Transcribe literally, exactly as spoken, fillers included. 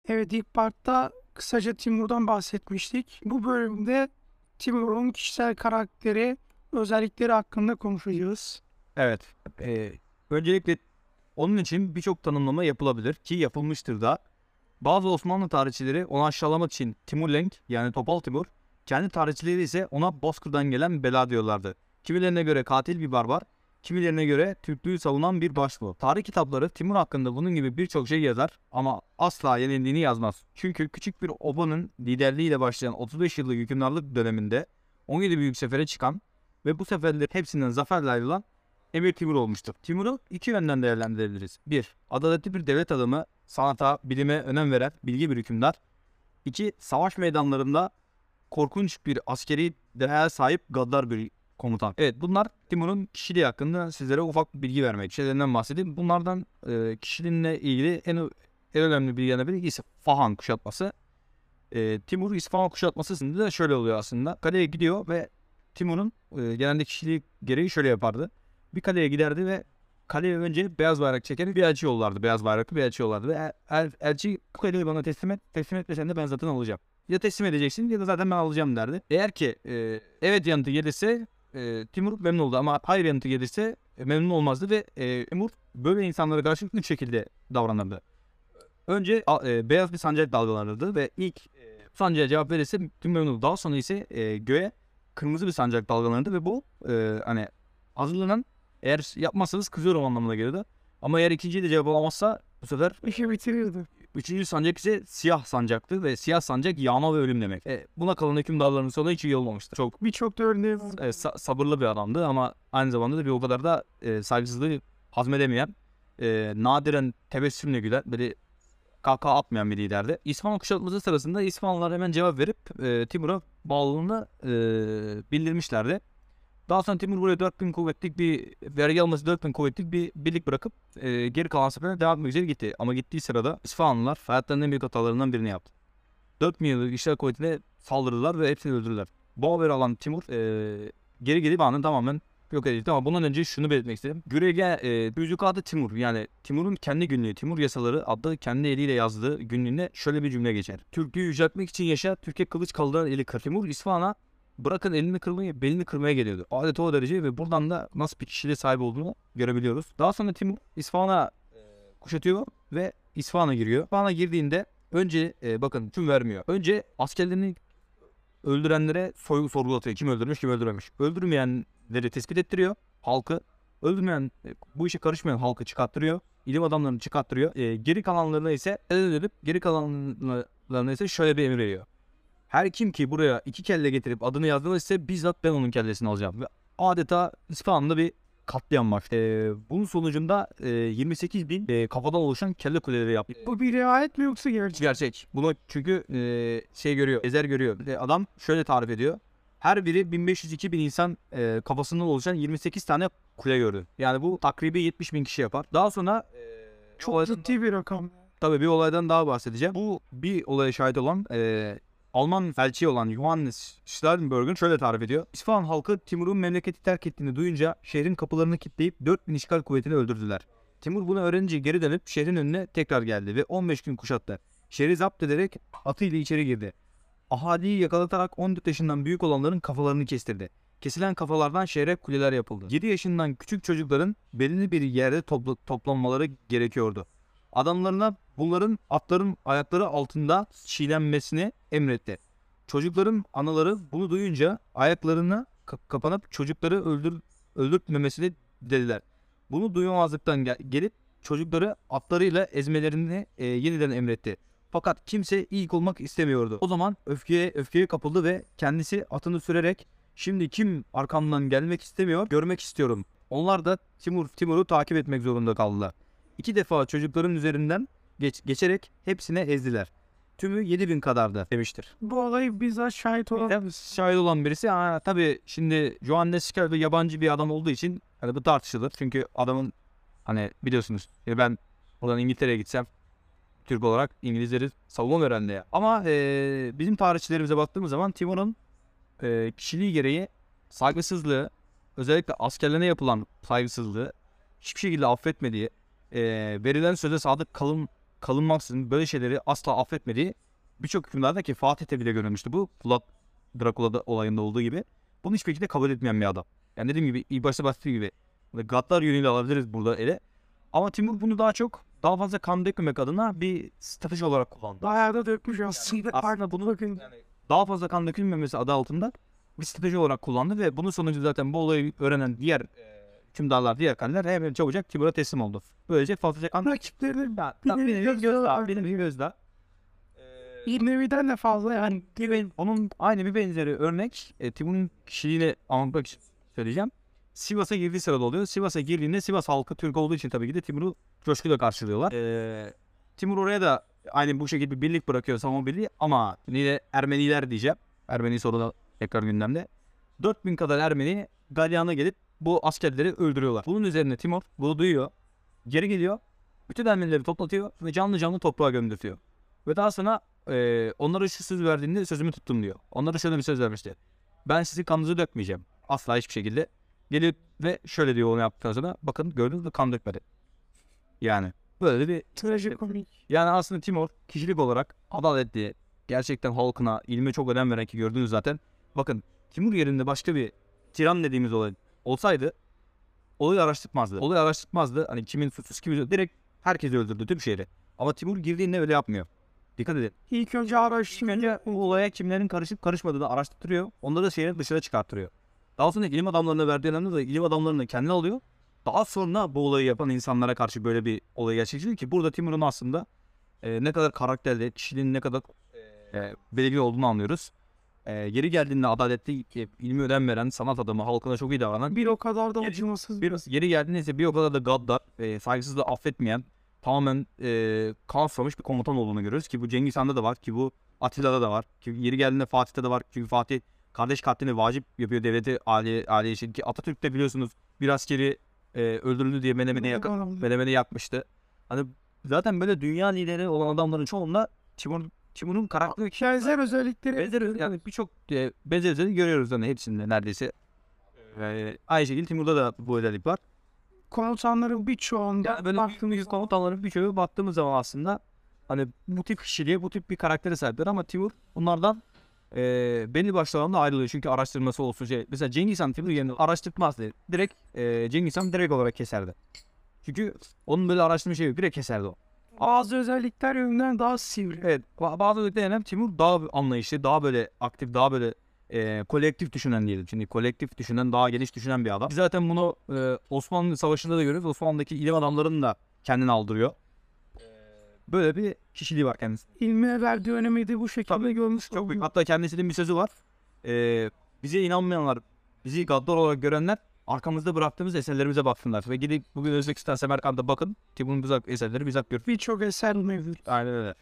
Evet, ilk partta kısaca Timur'dan bahsetmiştik. Bu bölümde Timur'un kişisel karakteri, özellikleri hakkında konuşacağız. Evet. E, öncelikle onun için birçok tanımlama yapılabilir ki yapılmıştır da. Bazı Osmanlı tarihçileri onu aşağılamak için Timurlenk yani Topal Timur, kendi tarihçileri ise ona Bozkır'dan gelen bela diyorlardı. Kimilerine göre katil bir barbar, kimilerine göre Türklüğü savunan bir başbuğ. Tarih kitapları Timur hakkında bunun gibi birçok şey yazar ama asla yenildiğini yazmaz. Çünkü küçük bir obanın liderliğiyle başlayan otuz beş yıllık hükümdarlık döneminde on yedi büyük sefere çıkan ve bu seferlerin hepsinden zaferle ayrılan Emir Timur olmuştur. Timur'u iki yönden değerlendirebiliriz. bir. Adaletli bir devlet adamı, sanata, bilime önem veren bilgi bir hükümdar. iki. Savaş meydanlarında korkunç bir askeri dehaya sahip gaddar bir komutan. Evet, bunlar Timur'un kişiliği hakkında sizlere ufak bir bilgi vermek. Şeylerinden bahsedeyim. Bunlardan e, kişiliğinle ilgili en, en önemli bilgilerden biri İsfahan kuşatması. E, Timur İsfahan kuşatmasında da şöyle oluyor aslında. Kaleye gidiyor ve Timur'un e, genelde kişiliği gereği şöyle yapardı. Bir kaleye giderdi ve kaleye önce beyaz bayrak çeken bir elçi yollardı. Beyaz bayraklı bir elçi yollardı. Ve el, el, elçi bu kaleyi bana teslim et. Teslim etmesen de ben zaten alacağım. Ya teslim edeceksin ya da zaten ben alacağım derdi. Eğer ki e, evet yanıtı gelirse e, Timur memnun oldu ama hayır yanıtı gelirse e, memnun olmazdı ve e, Timur böyle insanlara karşı üç şekilde davranırdı. Önce e, beyaz bir sancak dalgalanırdı ve ilk e, sancağa cevap verirse tüm memnun oldu. Daha sonra ise e, göğe kırmızı bir sancak dalgalanırdı ve bu e, hani hazırlanan, eğer yapmazsanız kızıyorum anlamına geliyordu. Ama eğer ikinciyi de cevap alamazsa bu sefer İşi bitiriyordu. üçüncü sancak ise siyah sancaktı ve siyah sancak yağma ve ölüm demek. E, buna kalan hükümdarların sonu hiç iyi olmamıştı. Çok Birçok da örneği var. e, sa- sabırlı bir adamdı ama aynı zamanda da bir o kadar da e, saygısızlığı hazmedemeyen, e, nadiren tebessümle gülen, böyle kahkaha atmayan bir liderdi. İsfahan kuşatması sırasında İsfahanlılar hemen cevap verip e, Timur'a bağlılığını e, bildirmişlerdi. Daha sonra Timur buraya dört bin kuvvetlik bir vergi alması dört bin kuvvetlik bir birlik bırakıp e, geri kalan seferine devam etmek üzere gitti. Ama gittiği sırada İsfahanlılar hayatlarının en büyük hatalarından birini yaptı. dört bin yıllık işgal kuvvetine saldırdılar ve hepsini öldürdüler. Bu haberi alan Timur e, geri gelip anı tamamen yok edildi. Ama bundan önce şunu belirtmek istedim. Gürege e, büyücük adı Timur. Yani Timur'un kendi günlüğü, Timur Yasaları adlı kendi eliyle yazdığı günlüğünde şöyle bir cümle geçer. Türklüğü yüceltmek için yaşa, Türkiye kılıç kaldıran eli kır. Timur İsfahan'a bırakın elini kırmayı, belini kırmaya geliyordu. Adeti o derece ve buradan da nasıl bir kişiliğe sahip olduğunu görebiliyoruz. Daha sonra Timur İsfahan'a e, kuşatıyor ve İsfahan'a giriyor. İsfahan'a girdiğinde önce e, bakın tüm vermiyor. Önce askerlerini öldürenlere soy sorgulatıyor. Kim öldürmüş, kim öldürmemiş. Öldürmeyenleri tespit ettiriyor. Halkı. Öldürmeyen, e, bu işe karışmayan halkı çıkarttırıyor. İlim adamlarını çıkarttırıyor. E, geri kalanlarına ise edip geri kalanlarına ise şöyle bir emir veriyor. Her kim ki buraya iki kelle getirip adını yazdırırsa bizzat ben onun kellesini alacağım. Ve adeta İsfahan'da bir katliam var. Ee, bunun sonucunda e, yirmi sekiz bin e, kafadan oluşan kelle kuleleri yaptı. Bu bir rivayet mi yoksa gerçek? Gerçek. Bunu çünkü e, şey görüyor, ezer görüyor. E, adam şöyle tarif ediyor. Her biri bin beş yüz iki bin insan e, kafasından oluşan yirmi sekiz tane kule gördü. Yani bu takribi yetmiş bin kişi yapar. Daha sonra e, Çok olaydan- ciddi bir rakam. Tabii bir olaydan daha bahsedeceğim. Bu bir olaya şahit olan e, Alman elçi olan Johannes Schladenberg'in şöyle tarif ediyor. İsfahan halkı Timur'un memleketi terk ettiğini duyunca şehrin kapılarını kilitleyip dört bin işgal kuvvetini öldürdüler. Timur bunu öğrenince geri dönüp şehrin önüne tekrar geldi ve on beş gün kuşattı. Şehri zapt ederek atıyla içeri girdi. Ahaliyi yakalatarak on dört yaşından büyük olanların kafalarını kestirdi. Kesilen kafalardan şehre kuleler yapıldı. yedi yaşından küçük çocukların belirli bir yerde topla toplanmaları gerekiyordu. Adamlarına bunların atların ayakları altında çiğlenmesini emretti. Çocukların anaları bunu duyunca ayaklarına kapanıp çocukları öldür öldürtmemesini dediler. Bunu duymamazlıktan gel gelip çocukları atlarıyla ezmelerini e, yeniden emretti. Fakat kimse ilk olmak istemiyordu. O zaman öfkeye öfkeye kapıldı ve kendisi atını sürerek şimdi kim arkamdan gelmek istemiyor görmek istiyorum. Onlar da Timur Timur'u takip etmek zorunda kaldılar. İki defa çocukların üzerinden geç, geçerek hepsine ezdiler. Tümü yedi bin kadardı demiştir. Bu olayı bizzat şahit olan Bir de şahit olan birisi ha, tabii şimdi Johannes Schelp yabancı bir adam olduğu için hani bu tartışılır. Çünkü adamın hani biliyorsunuz ya ben oradan İngiltere'ye gitsem Türk olarak İngilizleri savunmam herhalde ya. Ama e, bizim tarihçilerimize baktığımız zaman Timur'un e, kişiliği gereği saygısızlığı, özellikle askerlerine yapılan saygısızlığı hiçbir şekilde affetmediği, e, verilen söze sadık kalın kalınmaksızın böyle şeyleri asla affetmediği birçok hükümdarda ki Fatih'te bile görülmüştü bu. Vlad Drakula'da olayında olduğu gibi. Bunu hiçbir şekilde kabul etmeyen bir adam. Yani dediğim gibi ilk başta bahsettiğim gibi Gaddar yönüyle alabiliriz burada ele. Ama Timur bunu daha çok daha fazla kan dökmemek adına bir strateji olarak kullandı. Bayağı da dökmüş aslında. Aslında bunu Bakın. daha fazla kan dökülmemesi adı altında bir strateji olarak kullandı ve bunun sonucu zaten bu olayı öğrenen diğer e, hükümdarlar, diğer kaleler hemen çabucak Timur'a teslim oldu. Böylece fazlaca kan Rakiplerinin Ya, bir benim nevi bir gözdağı, gözdağı. benim bir gözdağı. bir neviden de fazla yani. Gibi. Onun aynı bir benzeri örnek e, Timur'un kişiliğini anlatmak için söyleyeceğim. Sivas'a girdiği sırada oluyor. Sivas'a girdiğinde Sivas halkı Türk olduğu için tabii ki de Timur'u coşkuyla karşılıyorlar. Ee, Timur oraya da aynı bu şekilde bir birlik bırakıyor, savunma birliği ama yine Ermeniler diyeceğim. Ermeni sorunu tekrar gündemde. dört bin kadar Ermeni galyana gelip bu askerleri öldürüyorlar. Bunun üzerine Timur bunu duyuyor. Geri geliyor. Bütün Ermenileri toplatıyor ve canlı canlı toprağa gömdürtüyor. Ve daha sonra e, onlara şu söz verdiğinde sözümü tuttum diyor. Onlara şöyle bir söz vermişti. Ben sizi kanınızı dökmeyeceğim. Asla hiçbir şekilde. Geliyor ve şöyle diyor onu yaptıktan sonra. Bakın gördünüz mü kan dökmedi. Yani böyle bir Trajikomik. yani aslında Timur kişilik olarak adaletli, gerçekten halkına, ilme çok önem veren ki gördünüz zaten. Bakın Timur yerinde başka bir tiran dediğimiz olay olsaydı olayı araştırmazdı. Olayı araştırmazdı. Hani kimin suçsuz kimin direkt herkesi öldürdü tüm şehri. Ama Timur girdiğinde öyle yapmıyor. Dikkat edin. İlk önce araştırma. Önce bu olaya kimlerin karışıp karışmadığını araştırıyor. Onları da şehrin dışına çıkartıyor. Daha sonra ilim adamlarına verdiği önemli de ilim adamlarını kendine alıyor. Daha sonra bu olayı yapan insanlara karşı böyle bir olay gerçekleşiyor ki burada Timur'un aslında e, ne kadar karakterli, kişiliğinin ne kadar e, belirgin olduğunu anlıyoruz. E, yeri geldiğinde adaletli, e, ilmi önem veren, sanat adamı, halkına çok iyi davranan, Bir o kadar da Geri- acımasız. bir, yeri geldiğinde ise bir o kadar da gaddar, e, saygısızlığı affetmeyen, tamamen e, kan susamış bir komutan olduğunu görüyoruz ki bu Cengiz Han'da da var, ki bu Atilla'da da var, ki yeri geldiğinde Fatih'te de var. Çünkü Fatih kardeş katlini vacip yapıyor devleti aile, aile için ki Atatürk'te biliyorsunuz bir askeri e, öldürüldü diye Menemen'e yakın Menemen'i yakmıştı. Hani zaten böyle dünya lideri olan adamların çoğunda Timur Timur'un karakteri Benzer özellikleri. benzer yani birçok e, benzer özelliği görüyoruz hani hepsinde neredeyse. E, aynı şekilde Timur'da da bu özellik var. Komutanların birçoğunda Yani böyle baktığımız komutanların birçoğu baktığımız zaman aslında hani bu tip kişiliğe, bu tip bir karaktere sahipler ama Timur bunlardan e, belli başlı alanda ayrılıyor. Çünkü araştırması olsun şey. Mesela Cengiz Han Timur yerine araştırmazdı. Direkt e, Cengiz Han direkt olarak keserdi. Çünkü onun böyle araştırma şeyi yok. Direkt keserdi o. bazı özellikler yönünden daha sivri. Evet. ba- Bazı özelliklerden Timur daha anlayışlı, daha böyle aktif, daha böyle e, kolektif düşünen diyelim. Şimdi kolektif düşünen, daha geniş düşünen bir adam. Biz zaten bunu e, Osmanlı Savaşı'nda da görüyoruz. Osmanlı'daki ilim adamlarının da kendini aldırıyor. Böyle bir kişiliği var kendisi. İlmiye verdiği önemi de bu şekilde Tabii, görmüş. Çok büyük. Hatta kendisinin bir sözü var. Ee, bize inanmayanlar, bizi gaddar olarak görenler arkamızda bıraktığımız eserlerimize baksınlar. Ve gidip bugün Özbekistan Semerkant'a bakın. Timur'un bizzat eserleri bizzat görün. Birçok eser mevcut. Aynen öyle.